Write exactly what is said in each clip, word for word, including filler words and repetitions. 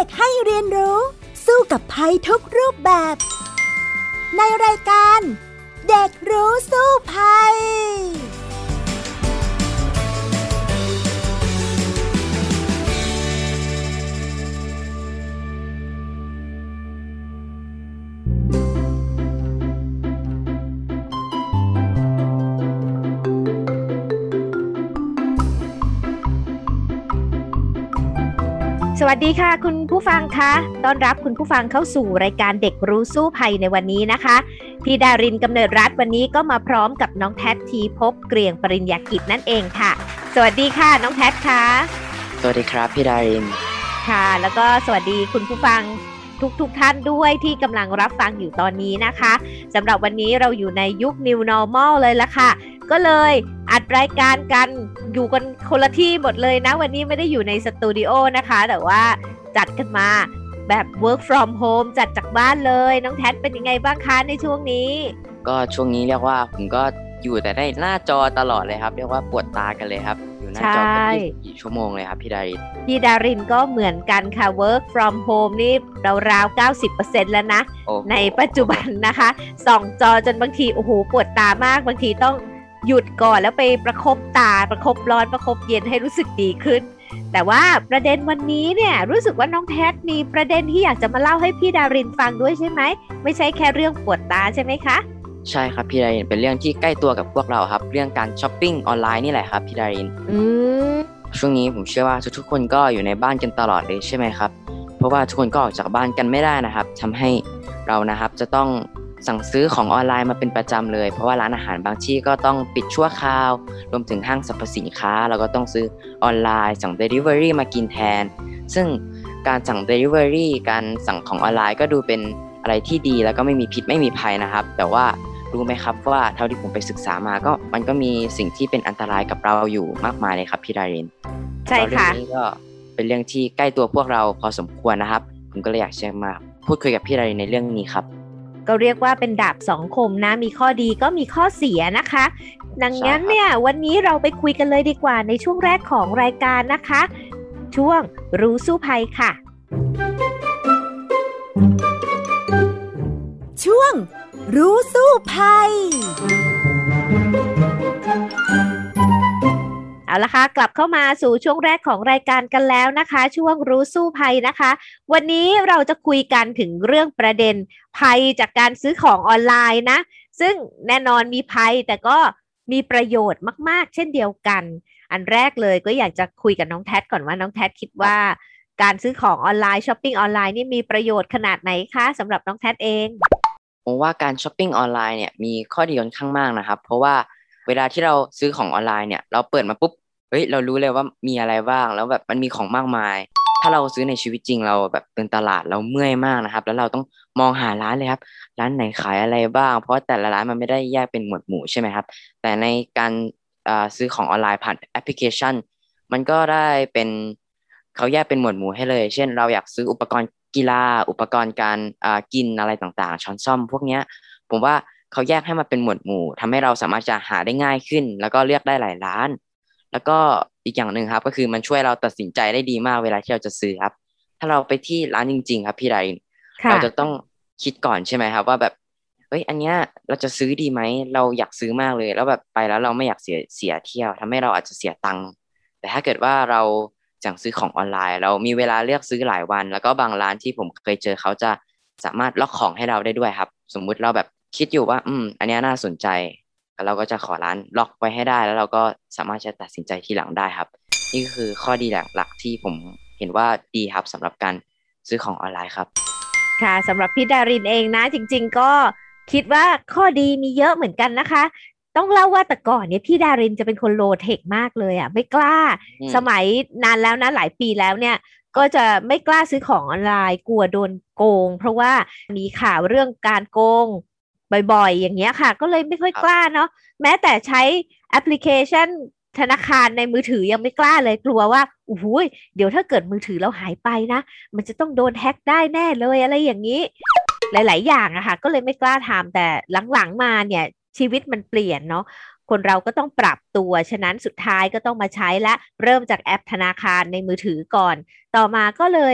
กให้เรียนรู้สู้กับภัยทุกรูปแบบในรายการเด็กรู้สู้ภัยสวัสดีค่ะคุณผู้ฟังคะต้อนรับคุณผู้ฟังเข้าสู่รายการเด็กรู้สู้ภัยในวันนี้นะคะพี่ดารินกำเนิดรัฐวันนี้ก็มาพร้อมกับน้องแพททีพบเกรียงปริญญากิจนั่นเองค่ะสวัสดีค่ะน้องแพทค่ะสวัสดีครับพี่ดารินค่ะแล้วก็สวัสดีคุณผู้ฟังทุกๆ ท่านด้วยที่กำลังรับฟังอยู่ตอนนี้นะคะสำหรับวันนี้เราอยู่ในยุค New Normal เลยละค่ะก็เลยอัดรายการกันอยู่กันคนละที่หมดเลยนะวันนี้ไม่ได้อยู่ในสตูดิโอนะคะแต่ว่าจัดกันมาแบบ work from home จัดจากบ้านเลยน้องแท็ดเป็นยังไงบ้างคะในช่วงนี้ก็ช่วงนี้เรียกว่าผมก็อยู่แต่ในหน้าจอตลอดเลยครับเรียกว่าปวดตากันเลยครับอยู่หน้าจอกันยี่สิบสี่ชั่วโมงเลยครับพี่ดารินพี่ดารินก็เหมือนกันค่ะ work from home นี่ราวๆ เก้าสิบเปอร์เซ็นต์ แล้วนะในปัจจุบันนะคะส่องจอจนบางทีโอ้โหปวดตามากบางทีต้องหยุดก่อนแล้วไปประคบตาประคบร้อนประคบเย็นให้รู้สึกดีขึ้นแต่ว่าประเด็นวันนี้เนี่ยรู้สึกว่าน้องแท็ดมีประเด็นที่อยากจะมาเล่าให้พี่ดารินฟังด้วยใช่ไหมไม่ใช่แค่เรื่องปวดตาใช่ไหมคะใช่ครับพี่ดารินเป็นเรื่องที่ใกล้ตัวกับพวกเราครับเรื่องการช้อปปิ้งออนไลน์นี่แหละครับพี่ดารินอืมช่วงนี้ผมเชื่อว่าทุกๆคนก็อยู่ในบ้านกันตลอดเลยใช่ไหมครับเพราะว่าทุกคนก็ออกจากบ้านกันไม่ได้นะครับทำให้เรานะครับจะต้องสั่งซื้อของออนไลน์มาเป็นประจำเลยเพราะว่าร้านอาหารบางที่ก็ต้องปิดชั่วคราวรวมถึงห้างสรรพสินค้าเราก็ต้องซื้อออนไลน์สั่ง Delivery มากินแทนซึ่งการสั่ง Delivery การสั่งของออนไลน์ก็ดูเป็นอะไรที่ดีแล้วก็ไม่มีพิษไม่มีภัยนะครับแต่ว่ารู้ไหมครับว่าเท่าที่ผมไปศึกษามาก็มันก็มีสิ่งที่เป็นอันตรายกับเราอยู่มากมายเลยครับพี่ดารินใช่ค่ะเรื่องนี้ก็เป็นเรื่องที่ใกล้ตัวพวกเราพอสมควรนะครับผมก็เลยอยากจะมาพูดคุยกับพี่ดารินในเรื่องนี้ครับก็เรียกว่าเป็นดาบสองคมนะมีข้อดีก็มีข้อเสียนะคะดังนั้นเนี่ยวันนี้เราไปคุยกันเลยดีกว่าในช่วงแรกของรายการนะคะช่วงรู้สู้ภัยค่ะช่วงรู้สู้ภัยเอาละค่ะกลับเข้ามาสู่ช่วงแรกของรายการกันแล้วนะคะช่วงรู้สู้ภัยนะคะวันนี้เราจะคุยกันถึงเรื่องประเด็นภัยจากการซื้อของออนไลน์นะซึ่งแน่นอนมีภัยแต่ก็มีประโยชน์มากๆเช่นเดียวกันอันแรกเลยก็อยากจะคุยกับน้องแท็ดก่อนว่าน้องแท็ดคิดว่าการซื้อของออนไลน์ช้อปปิ้งออนไลน์นี่มีประโยชน์ขนาดไหนคะสำหรับน้องแท็ดเองผมว่าการช้อปปิ้งออนไลน์เนี่ยมีข้อดีค่อนข้างมากนะครับเพราะว่าเวลาที่เราซื้อของออนไลน์เนี่ยเราเปิดมาปุ๊บเฮ้ยเรารู้เลยว่ามีอะไรบ้างแล้วแบบมันมีของมากมายถ้าเราซื้อในชีวิตจริงเราแบบเดินตลาดเราเมื่อยมากนะครับแล้วเราต้องมองหาร้านเลยครับร้านไหนขายอะไรบ้างเพราะแต่ละร้านมันไม่ได้แยกเป็นหมวดหมู่ใช่ไหมครับแต่ในการอ่าซื้อของออนไลน์ผ่านแอปพลิเคชันมันก็ได้เป็นเขาแยกเป็นหมวดหมู่ให้เลยเช่นเราอยากซื้ออุปกรณ์กีฬาอุปกรณ์การอ่ากินอะไรต่างๆช้อนส้อมพวกเนี้ยผมว่าเขาแยกให้มาเป็นหมวดหมู่ทำให้เราสามารถจะหาได้ง่ายขึ้นแล้วก็เลือกได้หลายร้านแล้วก็อีกอย่างหนึ่งครับก็คือมันช่วยเราตัดสินใจได้ดีมากเวลาที่เราจะซื้อครับถ้าเราไปที่ร้านจริงๆครับพี่ดารินเราจะต้องคิดก่อนใช่ไหมครับว่าแบบเอ้ยอันเนี้ยเราจะซื้อดีไหมเราอยากซื้อมากเลยแล้วแบบไปแล้วเราไม่อยากเสียเสียเที่ยวทำให้เราอาจจะเสียตังค์แต่ถ้าเกิดว่าเราสั่งซื้อของออนไลน์เรามีเวลาเลือกซื้อหลายวันแล้วก็บางร้านที่ผมเคยเจอเขาจะสามารถล็อกของให้เราได้ด้วยครับสมมุติเราแบบคิดอยู่ว่าอืมอันเนี้ยน่าสนใจเราก็จะขอร้านล็อกไว้ให้ได้แล้วเราก็สามารถจะตัดสินใจทีหลังได้ครับนี่ก็คือข้อดีหลักๆที่ผมเห็นว่าดีครับสำหรับการซื้อของออนไลน์ครับค่ะสำหรับพี่ดารินเองนะจริงๆก็คิดว่าข้อดีมีเยอะเหมือนกันนะคะต้องเล่าว่าแต่ก่อนเนี่ยพี่ดารินจะเป็นคนโลเทคมากเลยอ่ะไม่กล้าสมัยนานแล้วนะหลายปีแล้วเนี่ยก็จะไม่กล้าซื้อของออนไลน์กลัวโดนโกงเพราะว่ามีข่าวเรื่องการโกงบ่อยๆอย่างเงี้ยค่ะก็เลยไม่ค่อยกล้าเนาะแม้แต่ใช้แอปพลิเคชันธนาคารในมือถือยังไม่กล้าเลยกลัวว่าโอ้โหเดี๋ยวถ้าเกิดมือถือเราหายไปนะมันจะต้องโดนแฮ็กได้แน่เลยอะไรอย่างนี้หลายๆอย่างอะค่ะก็เลยไม่กล้าทำแต่หลังๆมาเนี่ยชีวิตมันเปลี่ยนเนาะคนเราก็ต้องปรับตัวฉะนั้นสุดท้ายก็ต้องมาใช้และเริ่มจากแอปธนาคารในมือถือก่อนต่อมาก็เลย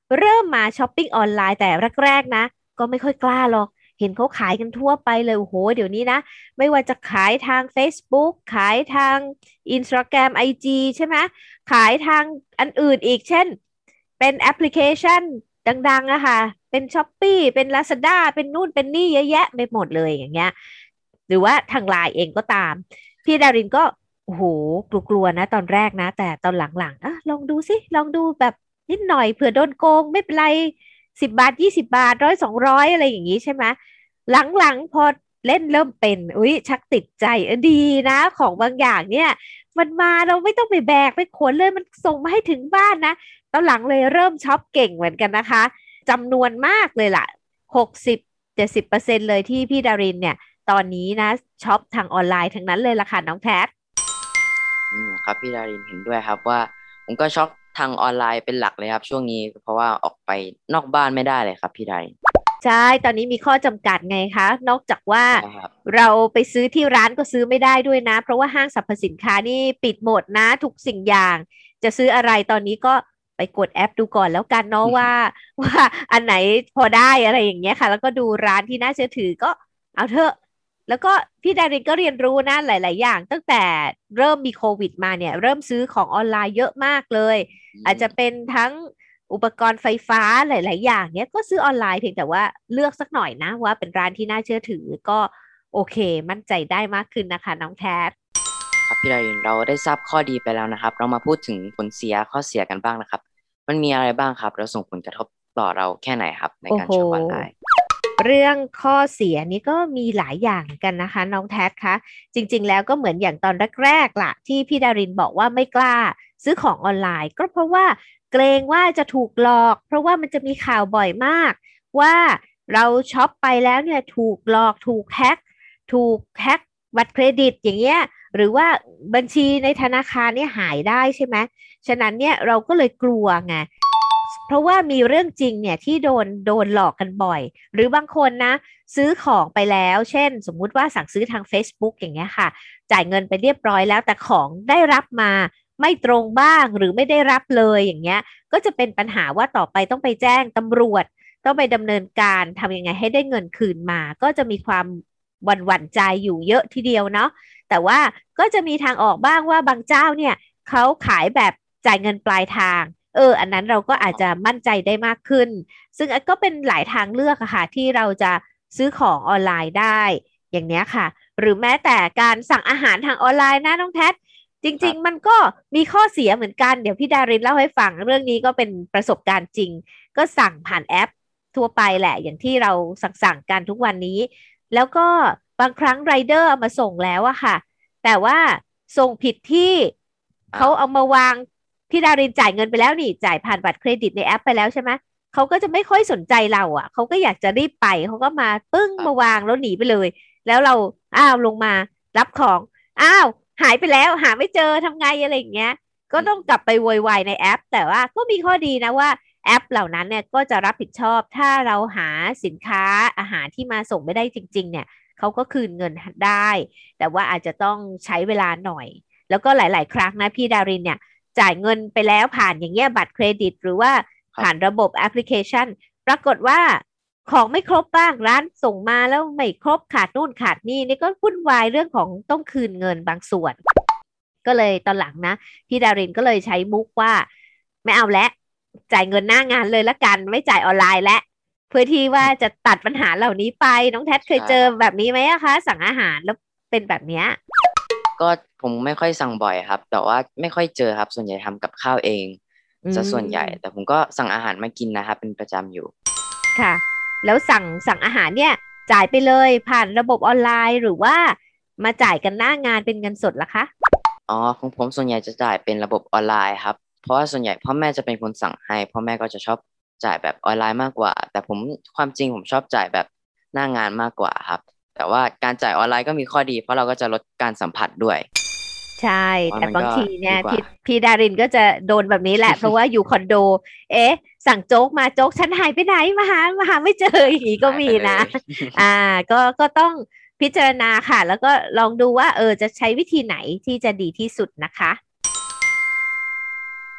เริ่มมาช้อปปิ้งออนไลน์แต่แรกๆนะก็ไม่ค่อยกล้าหรอกเห็นเขาขายกันทั่วไปเลยโอ้โหเดี๋ยวนี้นะไม่ว่าจะขายทาง Facebook ขายทาง Instagram ไอ จี ใช่ไหมขายทางอันอื่นอีกเช่นเป็นแอปพลิเคชันดังๆอะค่ะเป็น Shopee เป็น Lazada เป็นนู่นเป็นนี่เยอะแยะไปหมดเลยอย่างเงี้ยหรือว่าทางไลน์เองก็ตามพี่ดารินก็โอ้โหกลัวๆนะตอนแรกนะแต่ตอนหลังๆอ่ะลองดูสิลองดูแบบนิดหน่อยเผื่อโดนโกงไม่เป็นไรสิบบาทยี่สิบบาทร้อยสองร้อยอะไรอย่างนี้ใช่ไหมหลังๆพอเล่นเริ่มเป็นอุ้ยชักติดใจเออดีนะของบางอย่างเนี่ยมันมาเราไม่ต้องไปแบกไปขนเลยมันส่งมาให้ถึงบ้านนะตอนหลังเลยเริ่มช็อปเก่งเหมือนกันนะคะจำนวนมากเลยล่ะหกสิบเจ็ดสิบเปอร์เซ็นต์เลยที่พี่ดารินเนี่ยตอนนี้นะช็อปทางออนไลน์ทั้งนั้นเลยล่ะค่ะน้องแพทอืมครับพี่ดารินเห็นด้วยครับว่าผมก็ช็อปทางออนไลน์เป็นหลักเลยครับช่วงนี้เพราะว่าออกไปนอกบ้านไม่ได้เลยครับพี่ดารินใช่ตอนนี้มีข้อจำกัดไงคะนอกจากว่าใช่ครับเราไปซื้อที่ร้านก็ซื้อไม่ได้ด้วยนะเพราะว่าห้างสรรพสินค้านี่ปิดหมดนะทุกสิ่งอย่างจะซื้ออะไรตอนนี้ก็ไปกดแอปดูก่อนแล้วกันเนาะว่าว่าอันไหนพอได้อะไรอย่างเงี้ยค่ะแล้วก็ดูร้านที่น่าเชื่อถือก็เอาเถอะแล้วก็พี่ดารินก็เรียนรู้นะหลายๆอย่างตั้งแต่เริ่มมีโควิดมาเนี่ยเริ่มซื้อของออนไลน์เยอะมากเลยอือาจจะมเป็นทั้งอุปกรณ์ไฟฟ้าหลายๆอย่างเนี้ยก็ซื้อออนไลน์เพียงแต่ว่าเลือกสักหน่อยนะว่าเป็นร้านที่น่าเชื่อถือก็โอเคมั่นใจได้มากขึ้นนะคะน้องแทสครับพี่ดารินเราได้ทราบข้อดีไปแล้วนะครับเรามาพูดถึงผลเสียข้อเสียกันบ้างนะครับมันมีอะไรบ้างครับแล้วส่งผลกระทบต่อเราแค่ไหนครับในโอ้โหการช็อปออนไลน์เรื่องข้อเสียนี้ก็มีหลายอย่างกันนะคะน้องแทสคะจริงๆแล้วก็เหมือนอย่างตอนแรกๆล่ะที่พี่ดารินบอกว่าไม่กล้าซื้อของออนไลน์ก็เพราะว่าเกรงว่าจะถูกหลอกเพราะว่ามันจะมีข่าวบ่อยมากว่าเราช็อปไปแล้วเนี่ยถูกหลอกถูกแฮ็กถูกแฮ็กบัตรเครดิตอย่างเงี้ยหรือว่าบัญชีในธนาคารเนี่ยหายได้ใช่ไหมฉะนั้นเนี่ยเราก็เลยกลัวไง เพราะว่ามีเรื่องจริงเนี่ยที่โดนโดนหลอกกันบ่อยหรือบางคนนะซื้อของไปแล้วเช่นสมมุติว่าสั่งซื้อทาง Facebook อย่างเงี้ยค่ะจ่ายเงินไปเรียบร้อยแล้วแต่ของได้รับมาไม่ตรงบ้างหรือไม่ได้รับเลยอย่างเงี้ยก็จะเป็นปัญหาว่าต่อไปต้องไปแจ้งตำรวจต้องไปดำเนินการทำยังไงให้ได้เงินคืนมาก็จะมีความหวั่นหวั่นใจอยู่เยอะทีเดียวเนาะแต่ว่าก็จะมีทางออกบ้างว่าบางเจ้าเนี่ยเขาขายแบบจ่ายเงินปลายทาง เอออันนั้นเราก็อาจจะมั่นใจได้มากขึ้น ซึ่งก็เป็นหลายทางเลือกอะค่ะที่เราจะซื้อของออนไลน์ได้อย่างเนี้ยค่ะ หรือแม้แต่การสั่งอาหารทางออนไลน์นะน้องแท็จริงๆมันครับก็มีข้อเสียเหมือนกัน เดี๋ยวพี่ดารินเล่าให้ฟังเรื่องนี้ก็เป็นประสบการณ์จริง ก็สั่งผ่านแอปทั่วไปแหละอย่างที่เราสั่งสั่งกันทุกวันนี้ แล้วก็บางครั้งไรเดอร์เอามาส่งแล้วอะค่ะ แต่ว่าส่งผิดที่เขาเอาอ่ามาวางพี่ดารินจ่ายเงินไปแล้วนี่จ่ายผ่านบัตรเครดิตในแอปไปแล้วใช่ไหมเขาก็จะไม่ค่อยสนใจเราอ่ะเขาก็อยากจะรีบไปเขาก็มาปึ้งครับมาวางแล้วหนีไปเลยแล้วเราอ้าวลงมารับของอ้าวหายไปแล้วหาไม่เจอทำไงอะไรอย่างเงี้ยก็อืมต้องกลับไปโวยวายในแอปแต่ว่าก็มีข้อดีนะว่าแอปเหล่านั้นเนี่ยก็จะรับผิดชอบถ้าเราหาสินค้าอาหารที่มาส่งไม่ได้จริงๆเนี่ยเขาก็คืนเงินได้แต่ว่าอาจจะต้องใช้เวลาหน่อย แล้วก็หลาย ๆ ครั้งนะพี่ดารินเนี่ยจ่ายเงินไปแล้วผ่านอย่างเงี้ยบัตรเครดิตหรือว่าผ่านครับระบบแอปพลิเคชันปรากฏว่าของไม่ครบบ้างร้านส่งมาแล้วไม่ครบขาดนู่นขาดนี่นี่ก็วุ่นวายเรื่องของต้องคืนเงินบางส่วนก็เลยตอนหลังนะพี่ดารินก็เลยใช้มุกว่าไม่เอาแล้วจ่ายเงินหน้างานเลยละกันไม่จ่ายออนไลน์แล้วเพื่อที่ว่าจะตัดปัญหาเหล่านี้ไปน้องแท็เคยเจอใช่ครับแบบนี้ไหมอะคะสั่งอาหารแล้วเป็นแบบเนี้ยก็ผมไม่ค่อยสั่งบ่อยครับแต่ว่าไม่ค่อยเจอครับส่วนใหญ่ทำกับข้าวเองอืซะส่วนใหญ่แต่มผมก็สั่งอาหารมากินนะครับเป็นประจำอยู่ค่ะแล้วสั่งสั่งอาหารเนี่ยจ่ายไปเลยผ่านระบบออนไลน์หรือว่ามาจ่ายกันหน้างานเป็นเงินสดล่ะคะอ๋อของผมส่วนใหญ่จะจ่ายเป็นระบบออนไลน์ครับเพราะว่าส่วนใหญ่พ่อแม่จะเป็นคนสั่งให้พ่อแม่ก็จะชอบจ่ายแบบออนไลน์มากกว่าแต่ผมความจริงผมชอบจ่ายแบบหน้างานมากกว่าครับแต่ว่าการจ่ายออนไลน์ก็มีข้อดีเพราะเราก็จะลดการสัมผัสด้วยใช่ว่ามันก็แต่บางทีเนี่ยดีกว่าพี่พี่ดารินก็จะโดนแบบนี้แหละเพราะว่าอยู่คอนโดเอ๊ะสั่งโจ๊กมาโจ๊กฉันหายไปไหนมาหามาหาไม่เจออย่างนี้ก็หายไปมีนะเลยอ่าก็ก็ต้องพิจารณาค่ะแล้วก็ลองดูว่าเออจะใช้วิธีไหนที่จะดีที่สุดนะคะผ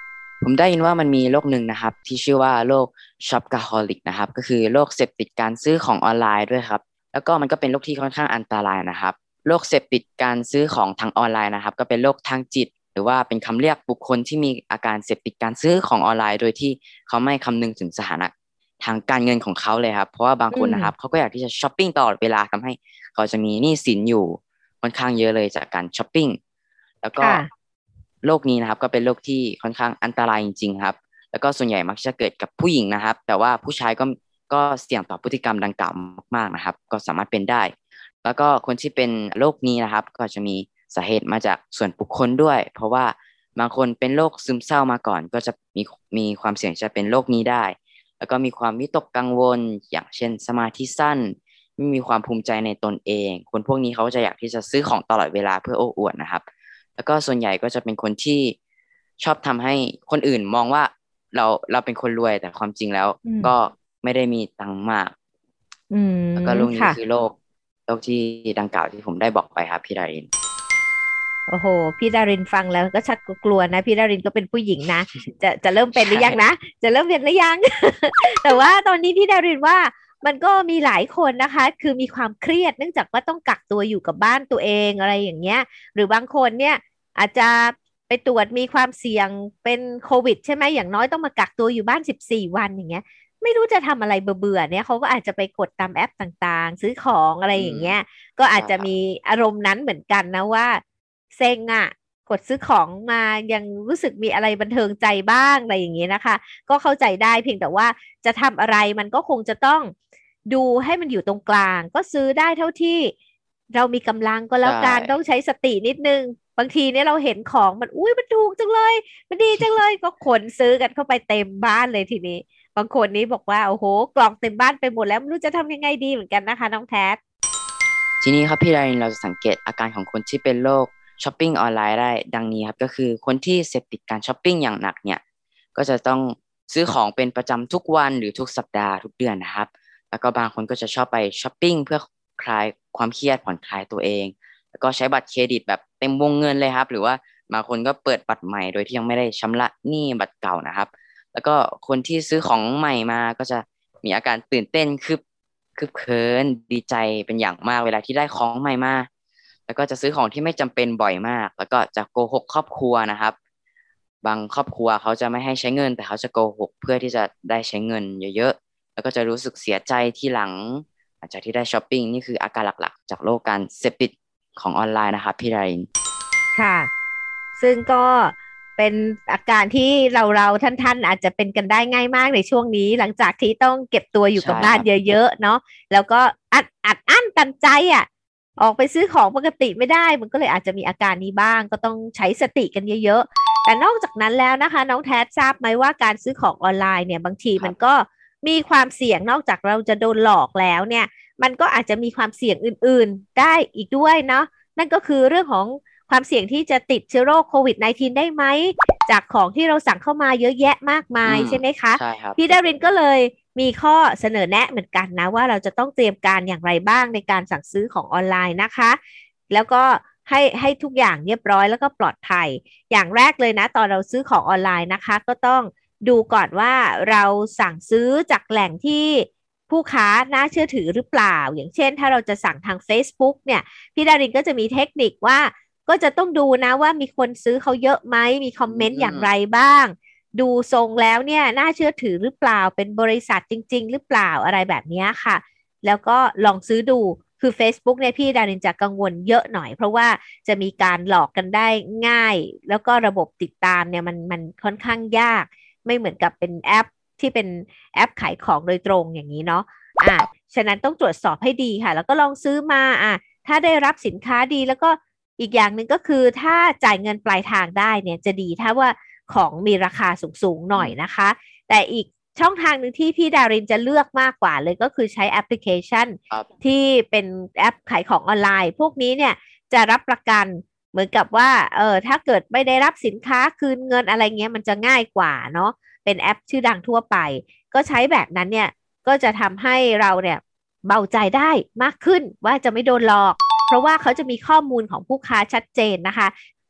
ผมได้ยินว่ามันมีโรคหนึ่งนะครับที่ชื่อว่าโรคช็อปกาฮอลิกนะครับก็คือโรคเสพติดการซื้อของออนไลน์ด้วยครับแล้วก็มันก็เป็นโรคที่ค่อนข้างอันตรายนะครับโรคเสพติดการซื้อของทางออนไลน์นะครับก็เป็นโรคทางจิตหรือว่าเป็นคำเรียกบุคคลที่มีอาการเสพติดการซื้อของออนไลน์โดยที่เขาไม่คำนึงถึงสถานะทางการเงินของเขาเลยครับเพราะว่าบางคนนะครับเขาก็อยากที่จะช้อปปิ้งตลอดเวลาทำให้เขาจะมีหนี้สินอยู่ค่อนข้างเยอะเลยจากการช้อปปิ้งแล้วก็โรคนี้นะครับก็เป็นโรคที่ค่อนข้างอันตรายจริงๆครับแล้วก็ส่วนใหญ่มักจะเกิดกับผู้หญิงนะครับแต่ว่าผู้ชายก็ก็เสี่ยงต่อพฤติกรรมดังกล่าวมากๆนะครับก็สามารถเป็นได้แล้วก็คนที่เป็นโรคนี้นะครับก็จะมีสาเหตุมาจากส่วนบุคคลด้วยเพราะว่าบางคนเป็นโรคซึมเศร้ามาก่อนก็จะมีมีความเสี่ยงจะเป็นโรคนี้ได้แล้วก็มีความวิตกกังวลอย่างเช่นสมาธิสั้นไม่มีความภูมิใจในตนเองคนพวกนี้เขาจะอยากที่จะซื้อของตลอดเวลาเพื่อโอ้อวดนะครับแล้วก็ส่วนใหญ่ก็จะเป็นคนที่ชอบทำให้คนอื่นมองว่าเราเราเป็นคนรวยแต่ความจริงแล้วก็ไม่ได้มีตังค์มากแล้วก็โรคนี้คือโรคโรคที่ดังกล่าวที่ผมได้บอกไปครับพี่ดารินโอ้โหพี่ดารินฟังแล้วก็ชักกลัวนะพี่ดารินก็เป็นผู้หญิงนะจะจะเริ่มเป็นหรือยังนะจะเริ่มเป็นหรือยัง แต่ว่าตอนนี้พี่ดารินว่ามันก็มีหลายคนนะคะคือมีความเครียดเนื่องจากว่าต้องกักตัวอยู่กับบ้านตัวเองอะไรอย่างเงี้ยหรือบางคนเนี่ยอาจจะไปตรวจมีความเสี่ยงเป็นโควิดใช่ไหมอย่างน้อยต้องมากักตัวอยู่บ้านสิบสี่วันอย่างเงี้ยไม่รู้จะทำอะไรเบื่อๆเนี่ยเขาก็อาจจะไปกดตามแอปต่างๆซื้อของอะไรอย่างเงี้ยก็อาจจะมีอารมณ์นั้นเหมือนกันนะว่าเซ็งอ่ะกดซื้อของมายังรู้สึกมีอะไรบันเทิงใจบ้างอะไรอย่างเงี้ยนะคะก็เข้าใจได้เพียงแต่ว่าจะทำอะไรมันก็คงจะต้องดูให้มันอยู่ตรงกลางก็ซื้อได้เท่าที่เรามีกำลังก็แล้วกันต้องใช้สตินิดนึงบางทีเนี่ยเราเห็นของมันอุ้ยมันถูกจังเลยมันดีจังเลยก็ขนซื้อกันเข้าไปเต็มบ้านเลยทีนี้บางคนนี้บอกว่าโอ้โหกล่องเต็มบ้านไปหมดแล้วไม่รู้จะทำยังไงดีเหมือนกันนะคะน้องแท็บทีนี้ครับพี่ดารินเราจะสังเกตอาการของคนที่เป็นโรคช้อปปิ้งออนไลน์ได้ดังนี้ครับก็คือคนที่เสพติดการช้อปปิ้งอย่างหนักเนี่ยก็จะต้องซื้อของเป็นประจำทุกวันหรือทุกสัปดาห์ทุกเดือนนะครับแล้วก็บางคนก็จะชอบไปช้อปปิ้งเพื่อคลายความเครียดผ่อนคลายตัวเองแล้วก็ใช้บัตรเครดิตแบบเต็มวงเงินเลยครับหรือว่าบางคนก็เปิดบัตรใหม่โดยที่ยังไม่ได้ชำระหนี้บัตรเก่านะครับแล้วก็คนที่ซื้อของใหม่มาก็จะมีอาการตื่นเต้นคึบคึบเขินดีใจเป็นอย่างมากเวลาที่ได้ของใหม่มาแล้วก็จะซื้อของที่ไม่จำเป็นบ่อยมากแล้วก็จะโกหกครอบครัวนะครับบางครอบครัวเขาจะไม่ให้ใช้เงินแต่เขาจะโกหกเพื่อที่จะได้ใช้เงินเยอะๆแล้วก็จะรู้สึกเสียใจที่หลังหลังจากที่ได้ช้อปปิ้งนี่คืออาการหลักๆจากโรคการเสพติดของออนไลน์นะครับพี่ดารินค่ะซึ่งก็เป็นอาการที่เราเราท่านๆอาจจะเป็นกันได้ง่ายมากในช่วงนี้หลังจากที่ต้องเก็บตัวอยู่กับบ้านเยอะๆเนาะแล้วก็อัดอัดอั้นตันใจอ่ะออกไปซื้อของปกติไม่ได้มันก็เลยอาจจะมีอาการนี้บ้างก็ต้องใช้สติกันเยอะๆแต่นอกจากนั้นแล้วนะคะน้องแทสทราบไหมว่าการซื้อของออนไลน์เนี่ยบางทีมันก็มีความเสี่ยงนอกจากเราจะโดนหลอกแล้วเนี่ยมันก็อาจจะมีความเสี่ยงอื่นๆได้อีกด้วยเนาะนั่นก็คือเรื่องของความเสี่ยงที่จะติดเชื้อโรคโควิด สิบเก้า ได้ไหมจากของที่เราสั่งเข้ามาเยอะแยะมากมายใช่ไหมคะใช่ครับพี่ดารินก็เลยมีข้อเสนอแนะเหมือนกันนะว่าเราจะต้องเตรียมการอย่างไรบ้างในการสั่งซื้อของออนไลน์นะคะแล้วก็ให้ให้ทุกอย่างเรียบร้อยแล้วก็ปลอดภัยอย่างแรกเลยนะตอนเราซื้อของออนไลน์นะคะก็ต้องดูก่อนว่าเราสั่งซื้อจากแหล่งที่ผู้ค้าน่าเชื่อถือหรือเปล่าอย่างเช่นถ้าเราจะสั่งทาง Facebook เนี่ยพี่ดารินก็จะมีเทคนิคว่าก็จะต้องดูนะว่ามีคนซื้อเขาเยอะไหมมีคอมเมนต์อย่างไรบ้างดูทรงแล้วเนี่ยน่าเชื่อถือหรือเปล่าเป็นบริษัทจริงๆหรือเปล่าอะไรแบบนี้ค่ะแล้วก็ลองซื้อดูคือ Facebook เนี่ยพี่ดารินจะกังวลเยอะหน่อยเพราะว่าจะมีการหลอกกันได้ง่ายแล้วก็ระบบติดตามเนี่ยมันมันค่อนข้างยากไม่เหมือนกับเป็นแอปที่เป็นแอปขายของโดยตรงอย่างนี้เนาะอ่ะฉะนั้นต้องตรวจสอบให้ดีค่ะแล้วก็ลองซื้อมาอ่ะถ้าได้รับสินค้าดีแล้วก็อีกอย่างหนึ่งก็คือถ้าจ่ายเงินปลายทางได้เนี่ยจะดีถ้าว่าของมีราคาสูงๆหน่อยนะคะแต่อีกช่องทางหนึ่งที่พี่ดารินจะเลือกมากกว่าเลยก็คือใช้แอปพลิเคชันที่เป็นแอปขายของออนไลน์พวกนี้เนี่ยจะรับประกันเหมือนกับว่าเออถ้าเกิดไม่ได้รับสินค้าคืนเงินอะไรเงี้ยมันจะง่ายกว่าเนาะเป็นแอปชื่อดังทั่วไปก็ใช้แบบนั้นเนี่ยก็จะทำให้เราเนี่ยเบาใจได้มากขึ้นว่าจะไม่โดนหลอกเพราะว่าเขาจะมีข้อมูลของผู้ค้าชัดเจนนะคะ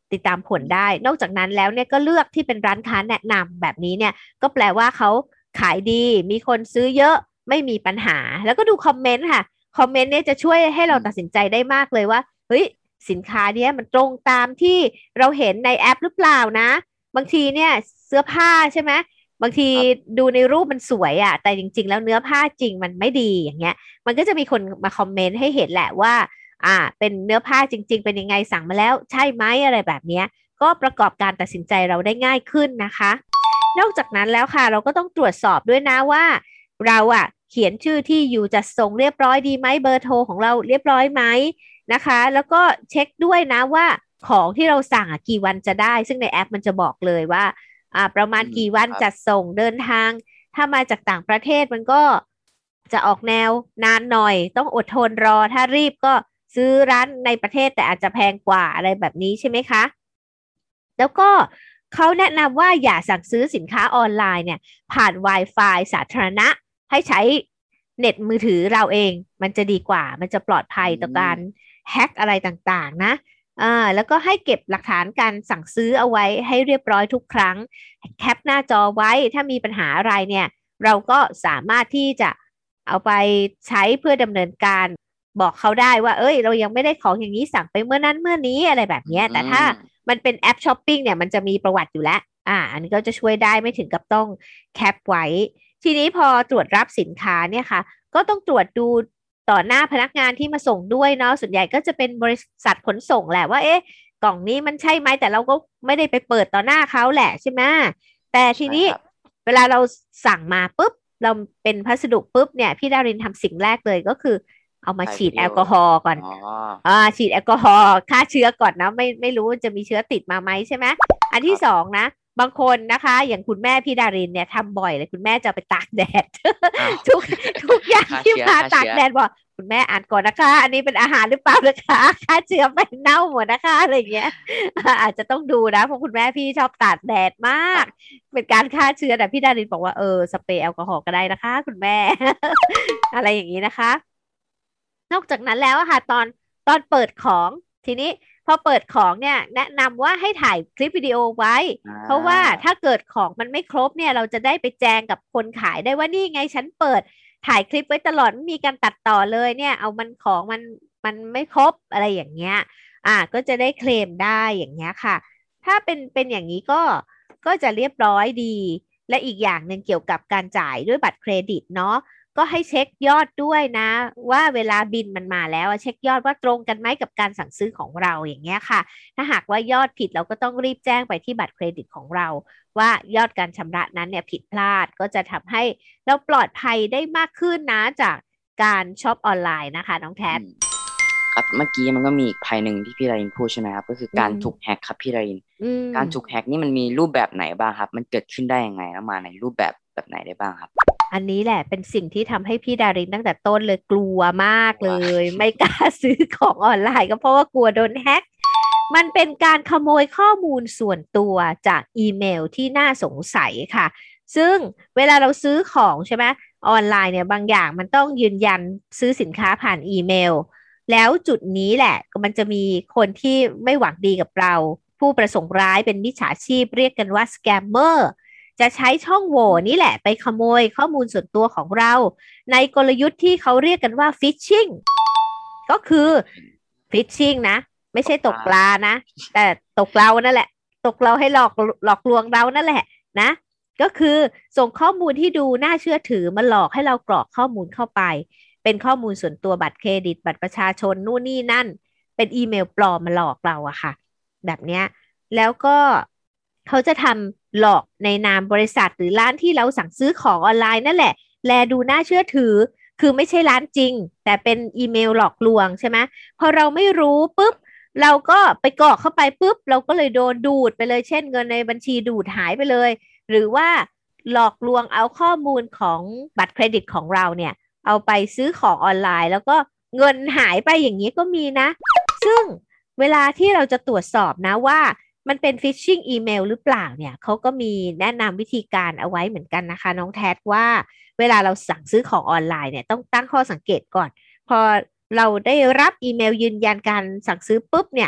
ติดตามผลได้นอกจากนั้นแล้วเนี่ยก็เลือกที่เป็นร้านค้าแนะนำแบบนี้เนี่ยก็แปลว่าเขาขายดีมีคนซื้อเยอะไม่มีปัญหาแล้วก็ดูคอมเมนต์ค่ะคอมเมนต์เนี่ยจะช่วยให้เราตัดสินใจได้มากเลยว่าเฮ้ยสินค้าเนี้ยมันตรงตามที่เราเห็นในแอปหรือเปล่านะบางทีเนี่ยเสื้อผ้าใช่ไหมบางทีดูในรูปมันสวยอะแต่จริงๆแล้วเนื้อผ้าจริงมันไม่ดีอย่างเงี้ยมันก็จะมีคนมาคอมเมนต์ให้เห็นแหละว่าอ่าเป็นเนื้อผ้าจริงๆเป็นยังไงสั่งมาแล้วใช่ไหมอะไรแบบเนี้ยก็ประกอบการตัดสินใจเราได้ง่ายขึ้นนะคะนอกจากนั้นแล้วค่ะเราก็ต้องตรวจสอบด้วยนะว่าเราอะเขียนชื่อที่อยู่จัดส่งเรียบร้อยดีไหมเบอร์โทรของเราเรียบร้อยไหมนะคะแล้วก็เช็คด้วยนะว่าของที่เราสั่งอ่ะกี่วันจะได้ซึ่งในแอปมันจะบอกเลยว่าอ่าประมาณกี่วันจัดส่งเดินทางถ้ามาจากต่างประเทศมันก็จะออกแนวนานหน่อยต้องอดทนรอถ้ารีบก็ซื้อร้านในประเทศแต่อาจจะแพงกว่าอะไรแบบนี้ใช่ไหมคะแล้วก็เขาแนะนำว่าอย่าสั่งซื้อสินค้าออนไลน์เนี่ยผ่าน Wi-Fi สาธารณะให้ใช้เน็ตมือถือเราเองมันจะดีกว่ามันจะปลอดภัยต่อการแฮ็กอะไรต่างๆนะอ่าแล้วก็ให้เก็บหลักฐานการสั่งซื้อเอาไว้ให้เรียบร้อยทุกครั้งแคปหน้าจอไว้ถ้ามีปัญหาอะไรเนี่ยเราก็สามารถที่จะเอาไปใช้เพื่อดำเนินการบอกเขาได้ว่าเอ้ยเรายังไม่ได้ของอย่างนี้สั่งไปเมื่อนั้นเมื่อนี้อะไรแบบนี้แต่ถ้ามันเป็นแอปช้อปปิ้งเนี่ยมันจะมีประวัติอยู่แล้วอ่าอันนี้ก็จะช่วยได้ไม่ถึงกับต้องแคปไว้ทีนี้พอตรวจรับสินค้าเนี่ยค่ะก็ต้องตรวจดูต่อหน้าพนักงานที่มาส่งด้วยเนาะส่วนใหญ่ก็จะเป็นบริษัทขนส่งแหละว่าเอ๊ะกล่องนี้มันใช่ไหมแต่เราก็ไม่ได้ไปเปิดต่อหน้าเขาแหละใช่ไหมแต่ทีนี้เวลาเราสั่งมาปุ๊บเราเป็นพัสดุปุ๊บเนี่ยพี่ดารินทำสิ่งแรกเลยก็คือเอามาฉีดแอลกอฮอล์ก่อนอ่าฉีดแอลกอฮอล์ฆ่าเชื้อก่อนนะไม่ไม่รู้จะมีเชื้อติดมาไหมใช่ไหมอันที่สองนะบางคนนะคะอย่างคุณแม่พี่ดารินเนี่ยทำบ่อยเลยคุณแม่จะไปตากแดดทุกทุกอย่างที่มาตากแดดบอกคุณแม่อ่านก่อนนะคะอันนี้เป็นอาหารหรือเปล่านะคะฆ่าเชื้อไปเน่าหมดนะคะอะไรเงี้ยอาจจะต้องดูนะเพราะคุณแม่พี่ชอบตากแดดมากเป็นการฆ่าเชื้อแต่พี่ดารินบอกว่าเออสเปรย์แอลกอฮอล์ก็ได้นะคะคุณแม่ อะไรอย่างนี้นะคะนอกจากนั้นแล้วอะค่ะตอนตอนเปิดของทีนี้พอเปิดของเนี่ยแนะนำว่าให้ถ่ายคลิปวิดีโอไว้เพราะว่าถ้าเกิดของมันไม่ครบเนี่ยเราจะได้ไปแจ้งกับคนขายได้ว่านี่ไงฉันเปิดถ่ายคลิปไว้ตลอดไม่มีการตัดต่อเลยเนี่ยเอามันของมันมันไม่ครบอะไรอย่างเงี้ยอ่าก็จะได้เคลมได้อย่างเงี้ยค่ะถ้าเป็นเป็นอย่างนี้ก็ก็จะเรียบร้อยดีและอีกอย่างหนึ่งเกี่ยวกับการจ่ายด้วยบัตรเครดิตเนาะก็ให้เช็คยอดด้วยนะว่าเวลาบินมันมาแล้วเช็คยอดว่าตรงกันไหมกับการสั่งซื้อของเราอย่างเงี้ยค่ะถ้าหากว่ายอดผิดเราก็ต้องรีบแจ้งไปที่บัตรเครดิตของเราว่ายอดการชำระนั้นเนี่ยผิดพลาดก็จะทำให้เราปลอดภัยได้มากขึ้นนะจากการช็อปออนไลน์นะคะน้องแทนครับเมื่อกี้มันก็มีอีกภัยหนึ่งที่พี่ดารินพูดใช่ไหมครับก็คือการถูกแฮกครับพี่ดารินการถูกแฮกนี่มันมีรูปแบบไหนบ้างครับมันเกิดขึ้นได้ยังไงแล้วมาในรูปแบบแบบไหนได้บ้างครับอันนี้แหละเป็นสิ่งที่ทำให้พี่ดารินตั้งแต่ต้นเลยกลัวมากเลยไม่กล้าซื้อของออนไลน์ก็เพราะว่ากลัวโดนแฮกมันเป็นการขโมยข้อมูลส่วนตัวจากอีเมลที่น่าสงสัยค่ะซึ่งเวลาเราซื้อของใช่ไหมออนไลน์เนี่ยบางอย่างมันต้องยืนยันซื้อสินค้าผ่านอีเมลแล้วจุดนี้แหละมันจะมีคนที่ไม่หวังดีกับเราผู้ประสงค์ร้ายเป็นมิจฉาชีพเรียกกันว่าสแกมเมอร์จะใช้ช่องโหว่นี่แหละไปขโมยข้อมูลส่วนตัวของเราในกลยุทธ์ที่เขาเรียกกันว่าฟิชชิงก็คือฟิชชิงนะไม่ใช่ตกปลานะแต่ตกเรานั่นแหละตกเราให้หลอกหลอกลวงเรานั่นแหละนะก็คือส่งข้อมูลที่ดูน่าเชื่อถือมาหลอกให้เรากรอกข้อมูลเข้าไปเป็นข้อมูลส่วนตัวบัตรเครดิตบัตรประชาชนนู่นนี่นั่นเป็นอีเมลปลอมมาหลอกเราอะค่ะแบบเนี้ยแล้วก็เขาจะทำหลอกในนามบริษัทหรือร้านที่เราสั่งซื้อของออนไลน์นั่นแหละแลดูน่าเชื่อถือคือไม่ใช่ร้านจริงแต่เป็นอีเมลหลอกลวงใช่ไหมพอเราไม่รู้ปุ๊บเราก็ไปกรอกเข้าไปปุ๊บเราก็เลยโดนดูดไปเลยเช่นเงินในบัญชีดูดหายไปเลยหรือว่าหลอกลวงเอาข้อมูลของบัตรเครดิตของเราเนี่ยเอาไปซื้อของออนไลน์แล้วก็เงินหายไปอย่างนี้ก็มีนะซึ่งเวลาที่เราจะตรวจสอบนะว่ามันเป็นฟิชชิงอีเมลหรือเปล่าเนี่ยเขาก็มีแนะนำวิธีการเอาไว้เหมือนกันนะคะน้องแทดว่าเวลาเราสั่งซื้อของออนไลน์เนี่ยต้องตั้งข้อสังเกตก่อนพอเราได้รับอีเมลยืนยันการสั่งซื้อปุ๊บเนี่ย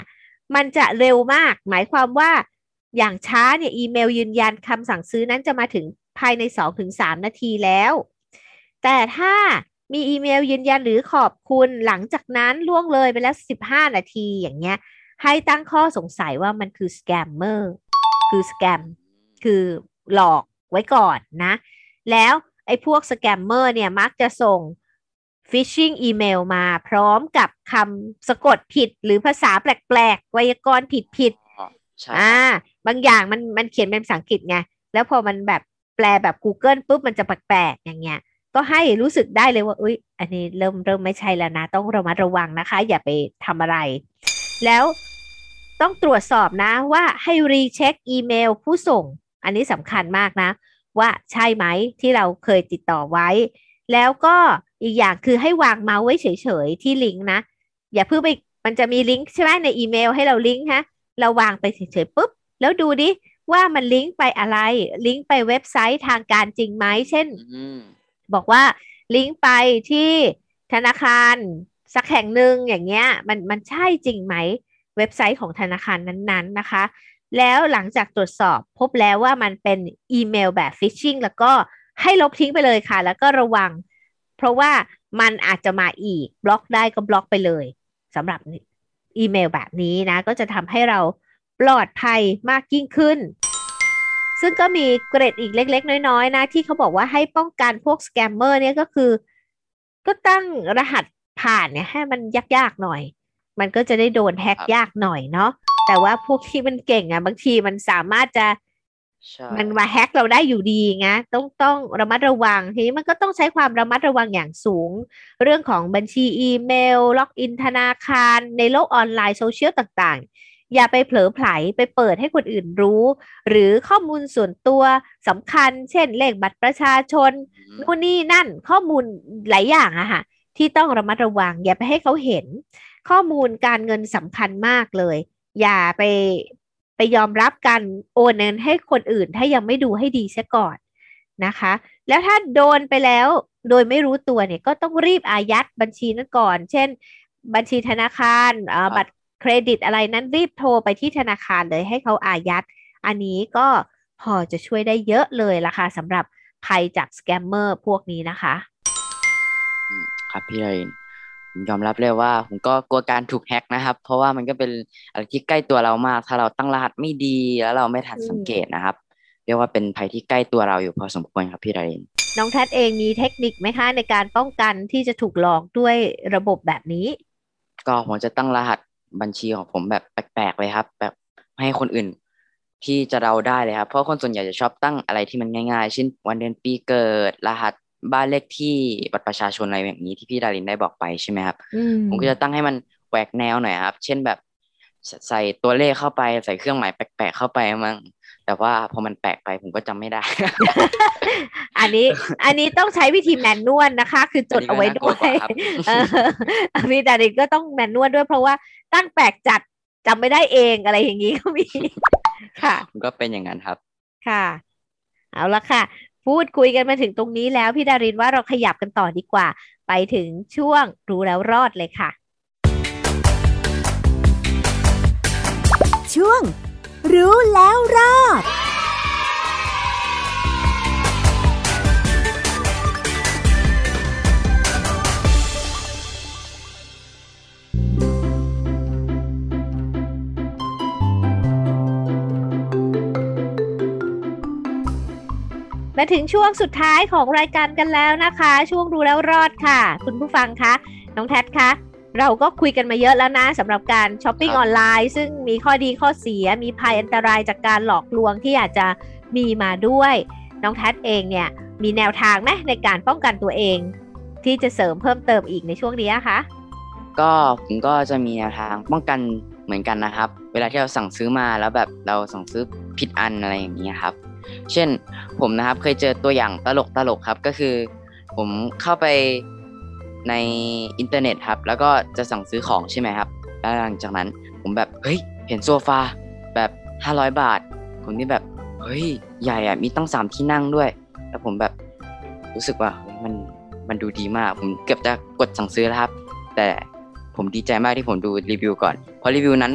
มันจะเร็วมากหมายความว่าอย่างช้าเนี่ยอีเมลยืนยันคำสั่งซื้อนั้นจะมาถึงภายใน สองถึงสาม นาทีแล้วแต่ถ้ามีอีเมลยืนยันหรือขอบคุณหลังจากนั้นล่วงเลยไปแล้วสิบห้านาทีอย่างเงี้ยให้ตั้งข้อสงสัยว่ามันคือสแกมเมอร์คือสแกมคือหลอกไว้ก่อนนะแล้วไอ้พวกสแกมเมอร์เนี่ยมักจะส่งฟิชชิงอีเมลมาพร้อมกับคำสะกดผิดหรือภาษาแปลกๆไวยากรณ์ผิดๆอ่าบางอย่างมันมันเขียนเป็นภาษาอังกฤษไงแล้วพอมันแบบแปลแบบ Google ปุ๊บมันจะแปลกๆอย่างเงี้ยก็ให้รู้สึกได้เลยว่าอุ๊ยอันนี้เริ่มเริ่มไม่ใช่แล้วนะต้องระมัดระวังนะคะอย่าไปทำอะไรแล้วต้องตรวจสอบนะว่าให้รีเช็คอีเมลผู้ส่งอันนี้สำคัญมากนะว่าใช่ไหมที่เราเคยติดต่อไว้แล้วก็อีกอย่างคือให้วางเมาส์ไว้เฉยๆที่ลิงก์นะอย่าเพิ่งไปมันจะมีลิงก์ใช่ไหมในอีเมลให้เราลิงก์ฮะเราวางไปเฉยๆปุ๊บแล้วดูดิว่ามันลิงก์ไปอะไรลิงก์ไปเว็บไซต์ทางการจริงไหมเช่นบอกว่าลิงก์ไปที่ธนาคารสักแห่งหนึ่งอย่างเงี้ยมันมันใช่จริงไหมเว็บไซต์ของธนาคารนั้นๆนะคะแล้วหลังจากตรวจสอบพบแล้วว่ามันเป็นอีเมลแบบฟิชชิงแล้วก็ให้ลบทิ้งไปเลยค่ะแล้วก็ระวังเพราะว่ามันอาจจะมาอีกบล็อกได้ก็บล็อกไปเลยสำหรับอีเมลแบบนี้นะก็จะทำให้เราปลอดภัยมากยิ่งขึ้นซึ่งก็มีเกรดอีกเล็กๆน้อยๆนะที่เขาบอกว่าให้ป้องกันพวกสแกมเมอร์เนี่ยก็คือก็ตั้งรหัสผ่านเนี่ยให้มันยากๆหน่อยมันก็จะได้โดนแฮกยากหน่อยเนาะแต่ว่าพวกที่มันเก่งอ่ะบางทีมันสามารถจะมันมาแฮกเราได้อยู่ดีไงต้องต้องระมัดระวังทีนี้มันก็ต้องใช้ความระมัดระวังอย่างสูงเรื่องของบัญชีอีเมลล็อกอินธนาคารในโลกออนไลน์โซเชียลต่างๆอย่าไปเผลอไผลไปเปิดให้คนอื่นรู้หรือข้อมูลส่วนตัวสำคัญเช่นเลขบัตรประชาชนนู่นนี่นั่นข้อมูลหลายอย่างอะค่ะที่ต้องระมัดระวังอย่าไปให้เขาเห็นข้อมูลการเงินสำคัญมากเลยอย่าไปไปยอมรับการโอนเงินให้คนอื่นถ้ายังไม่ดูให้ดีซะก่อนนะคะแล้วถ้าโดนไปแล้วโดยไม่รู้ตัวเนี่ยก็ต้องรีบอายัดบัญชีนั้นก่อนเช่นบัญชีธนาคารบัตรเครดิตอะไรนั้นรีบโทรไปที่ธนาคารเลยให้เขาอายัดอันนี้ก็พอจะช่วยได้เยอะเลยล่ะค่ะสำหรับภัยจากสแกมเมอร์พวกนี้นะคะครับพี่ไรนผมยอมรับเลยว่าผมก็กลัวการถูกแฮ็กนะครับเพราะว่ามันก็เป็นอะไรที่ใกล้ตัวเรามากถ้าเราตั้งรหัสไม่ดีแล้วเราไม่ทันสังเกตนะครับเรียกว่าเป็นภัยที่ใกล้ตัวเราอยู่พอสมควรครับพี่ไรนน้องแทดเองมีเทคนิคไหมคะในการป้องกันที่จะถูกหลอกด้วยระบบแบบนี้ก็ผมจะตั้งรหัสบัญชีของผมแบบแปลกๆเลยครับแบบไม่ให้คนอื่นที่จะเดาได้เลยครับเพราะคนส่วนใหญ่จะชอบตั้งอะไรที่มันง่ายๆเช่นวันเดือนปีเกิดรหัสบ้านเลขที่บัตรประชาชนอะไรแบบนี้ที่พี่ดารินได้บอกไปใช่ไหมครับผมก็จะตั้งให้มันแหวกแนวหน่อยครับเช่นแบบใส่ตัวเลขเข้าไปใส่เครื่องหมายแปลกๆเข้าไปมั้งแต่ว่าพอมันแปลกไปผมก็จำไม่ได้อันนี้อันนี้ต้องใช้วิธีแมนนวลนะคะคือจดเอาไว้ด้วยพี่ดารินก็ต้องแมนนวลด้วยเพราะว่าตั้งแปลกจัดจำไม่ได้เองอะไรอย่างนี้ก็มีค่ะก็เป็นอย่างนั้นครับค่ะเอาละค่ะพูดคุยกันมาถึงตรงนี้แล้วพี่ดารินว่าเราขยับกันต่อดีกว่าไปถึงช่วงรู้แล้วรอดเลยค่ะช่วงรู้แล้วรอดมาถึงช่วงสุดท้ายของรายการกันแล้วนะคะช่วงรู้แล้วรอดค่ะคุณผู้ฟังคะน้องแทดคะเราก็คุยกันมาเยอะแล้วนะสำหรับการช้อปปิ้งออนไลน์ซึ่งมีข้อดีข้อเสียมีภัยอันตรายจากการหลอกลวงที่อาจจะมีมาด้วยน้องแทดเองเนี่ยมีแนวทางไหมในการป้องกันตัวเองที่จะเสริมเพิ่มเติมอีกในช่วงนี้คะก็ผมก็จะมีแนวทางป้องกันเหมือนกันนะครับเวลาที่เราสั่งซื้อมาแล้วแบบเราสั่งซื้อผิดอันอะไรอย่างนี้ครับเช่นผมนะครับเคยเจอตัวอย่างตลกตลกครับก็คือผมเข้าไปในอินเทอร์เน็ตครับแล้วก็จะสั่งซื้อของใช่ไหมครับแล้วหลังจากนั้นผมแบบเฮ้ยเห็นโซฟาแบบห้าร้อยบาทผมนี่แบบเฮ้ยใหญ่อ่ะมีตั้งสามที่นั่งด้วยแล้วผมแบบรู้สึกว่ามันมันดูดีมากผมเกือบจะกดสั่งซื้อแล้วครับแต่ผมดีใจมากที่ผมดูรีวิวก่อนเพราะรีวิวนั้น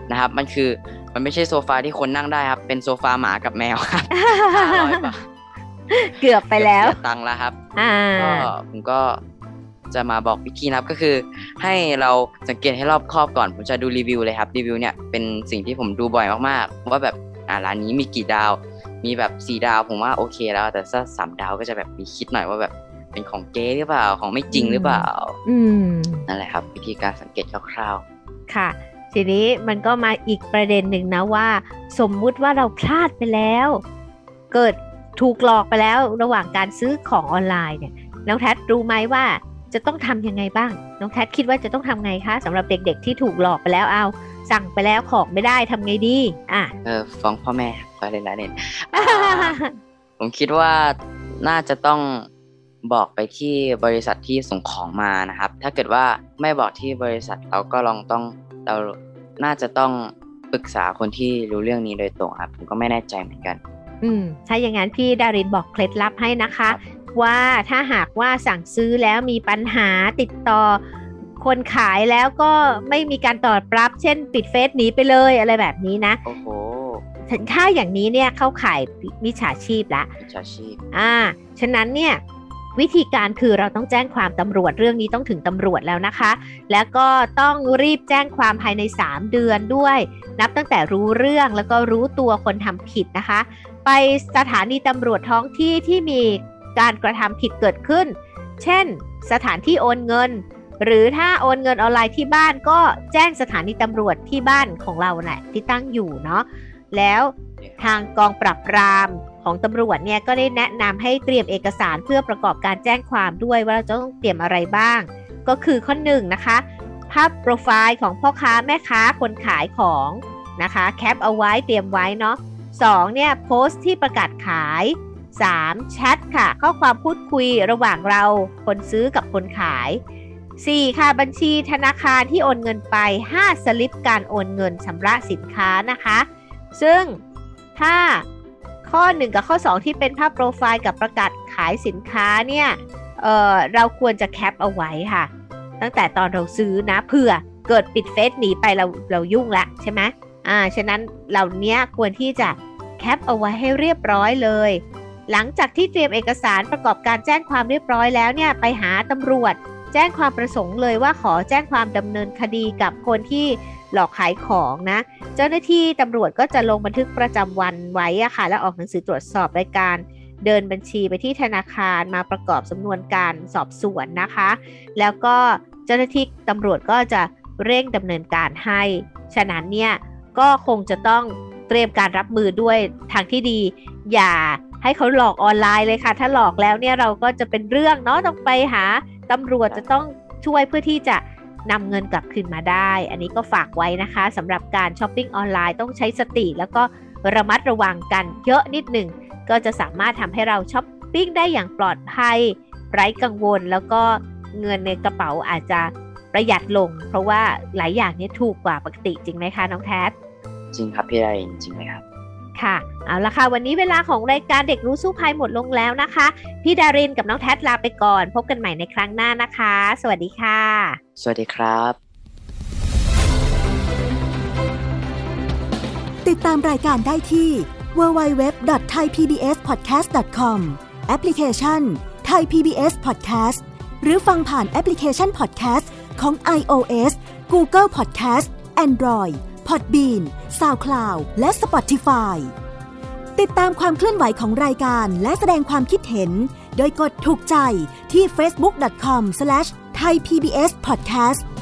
นะครับมันคือมันไม่ใช่โซฟาที่คนนั่งได้ครับเป็นโซฟาหมากับแมวครับห้าร้อยบาทเกือบไปแล้วเสียตังค์แล้วครับก็ผมก็จะมาบอกวิธีนะครับก็คือให้เราสังเกตให้รอบคอบก่อนผมจะดูรีวิวเลยครับรีวิวเนี่ยเป็นสิ่งที่ผมดูบ่อยมากๆว่าแบบอ่าร้านนี้มีกี่ดาวมีแบบสี่ดาวผมว่าโอเคแล้วแต่ถ้าสามดาวก็จะแบบมีคิดหน่อยว่าแบบเป็นของเก๊หรือเปล่าของไม่จริงหรือเปล่าอืมนั่นแหละครับวิธีการสังเกตคร่าวๆค่ะทีนี้มันก็มาอีกประเด็นหนึ่งนะว่าสมมุติว่าเราพลาดไปแล้วเกิดถูกหลอกไปแล้วระหว่างการซื้อของออนไลน์เนี่ยน้องแทดรู้ไหมว่าจะต้องทำยังไงบ้างน้องแทดคิดว่าจะต้องทำไงคะสำหรับเด็กๆที่ถูกหลอกไปแล้วเอาสั่งไปแล้วของไม่ได้ทำไงดีอ่ะเออฟ้องพ่อแม่ไปเลยนะเนี่ย ผมคิดว่าน่าจะต้องบอกไปที่บริษัทที่ส่งของมานะครับถ้าเกิดว่าไม่บอกที่บริษัทเราก็ลองต้องเราน่าจะต้องปรึกษาคนที่รู้เรื่องนี้โดยตรงครับผมก็ไม่แน่ใจเหมือนกันอืมถ้าอย่างนั้นพี่ดารินบอกเคล็ดลับให้นะคะว่าถ้าหากว่าสั่งซื้อแล้วมีปัญหาติดต่อคนขายแล้วก็ไม่มีการตอบรับเช่นปิดเฟซหนีไปเลยอะไรแบบนี้นะโอ้โหถ้าอย่างนี้เนี่ยเข้าข่ายมิจฉาชีพละมิจฉาชีพอ่าฉะนั้นเนี่ยวิธีการคือเราต้องแจ้งความตำรวจเรื่องนี้ต้องถึงตำรวจแล้วนะคะแล้วก็ต้องรีบแจ้งความภายในสามเดือนด้วยนับตั้งแต่รู้เรื่องแล้วก็รู้ตัวคนทำผิดนะคะไปสถานีตำรวจท้องที่ที่มีการกระทำผิดเกิดขึ้นเช่นสถานที่โอนเงินหรือถ้าโอนเงินออนไลน์ที่บ้านก็แจ้งสถานีตำรวจที่บ้านของเราแหละที่ตั้งอยู่เนาะแล้วทางกองปราบปรามของตำรวจเนี่ยก็ได้แนะนำให้เตรียมเอกสารเพื่อประกอบการแจ้งความด้วยว่าเราจะต้องเตรียมอะไรบ้างก็คือข้อหนึ่งนะคะภาพโปรไฟล์ของพ่อค้าแม่ค้าคนขายของนะคะแคปเอาไว้เตรียมไว้เนาะสองเนี่ยโพสต์ที่ประกาศขายสามแชทค่ะข้อความพูดคุยระหว่างเราคนซื้อกับคนขายสี่ค่ะบัญชีธนาคารที่โอนเงินไปห้าสลิปการโอนเงินชำระสินค้านะคะซึ่งถ้าข้อหนึ่งกับข้อสองที่เป็นภาพโปรไฟล์กับประกาศขายสินค้าเนี่ยเอ่อเราควรจะแคปเอาไว้ค่ะตั้งแต่ตอนเราซื้อนะเผื่อเกิดปิดเฟซหนีไปเราเรายุ่งละใช่ไหมอ่าฉะนั้นเหล่านี้ควรที่จะแคปเอาไว้ให้เรียบร้อยเลยหลังจากที่เตรียมเอกสารประกอบการแจ้งความเรียบร้อยแล้วเนี่ยไปหาตำรวจแจ้งความประสงค์เลยว่าขอแจ้งความดำเนินคดีกับคนที่หลอกขายของนะเจ้าหน้าที่ตำรวจก็จะลงบันทึกประจำวันไว้อะค่ะแล้วออกหนังสือตรวจสอบรายการเดินบัญชีไปที่ธนาคารมาประกอบสำนวนการสอบสวนนะคะแล้วก็เจ้าหน้าที่ตำรวจก็จะเร่งดำเนินการให้ฉะนั้นเนี่ยก็คงจะต้องเตรียมการรับมือด้วยทางที่ดีอย่าให้เขาหลอกออนไลน์เลยค่ะถ้าหลอกแล้วเนี่ยเราก็จะเป็นเรื่องเนาะต้องไปหาตำรวจจะต้องช่วยเพื่อที่จะนำเงินกลับคืนมาได้อันนี้ก็ฝากไว้นะคะสำหรับการช้อปปิ้งออนไลน์ต้องใช้สติแล้วก็ระมัดระวังกันเยอะนิดหนึ่งก็จะสามารถทำให้เราช้อปปิ้งได้อย่างปลอดภัยไร้กังวลแล้วก็เงินในกระเป๋าอาจจะประหยัดลงเพราะว่าหลายอย่างนี้ถูกกว่าปกติจริงไหมคะน้องแทสจริงครับพี่ได้จริงเลยครับค่ะเอาละค่ะวันนี้เวลาของรายการเด็กรู้สู้ภัยหมดลงแล้วนะคะพี่ดารินกับน้องแทสลาไปก่อนพบกันใหม่ในครั้งหน้านะคะสวัสดีค่ะสวัสดีครับติดตามรายการได้ที่ ดับเบิลยู ดับเบิลยู ดับเบิลยู ดอท ไทย พี บี เอส พอดแคสต์ ดอท คอม แอปพลิเคชัน Thai พี บี เอส Podcast หรือฟังผ่านแอปพลิเคชัน Podcast ของ iOS Google Podcast Android Podbean SoundCloud และ Spotify ติดตามความเคลื่อนไหวของรายการและแสดงความคิดเห็นโดยกดถูกใจที่ เฟซบุ๊ก ดอท คอม สแลช ไทย พี บี เอส พอดแคสต์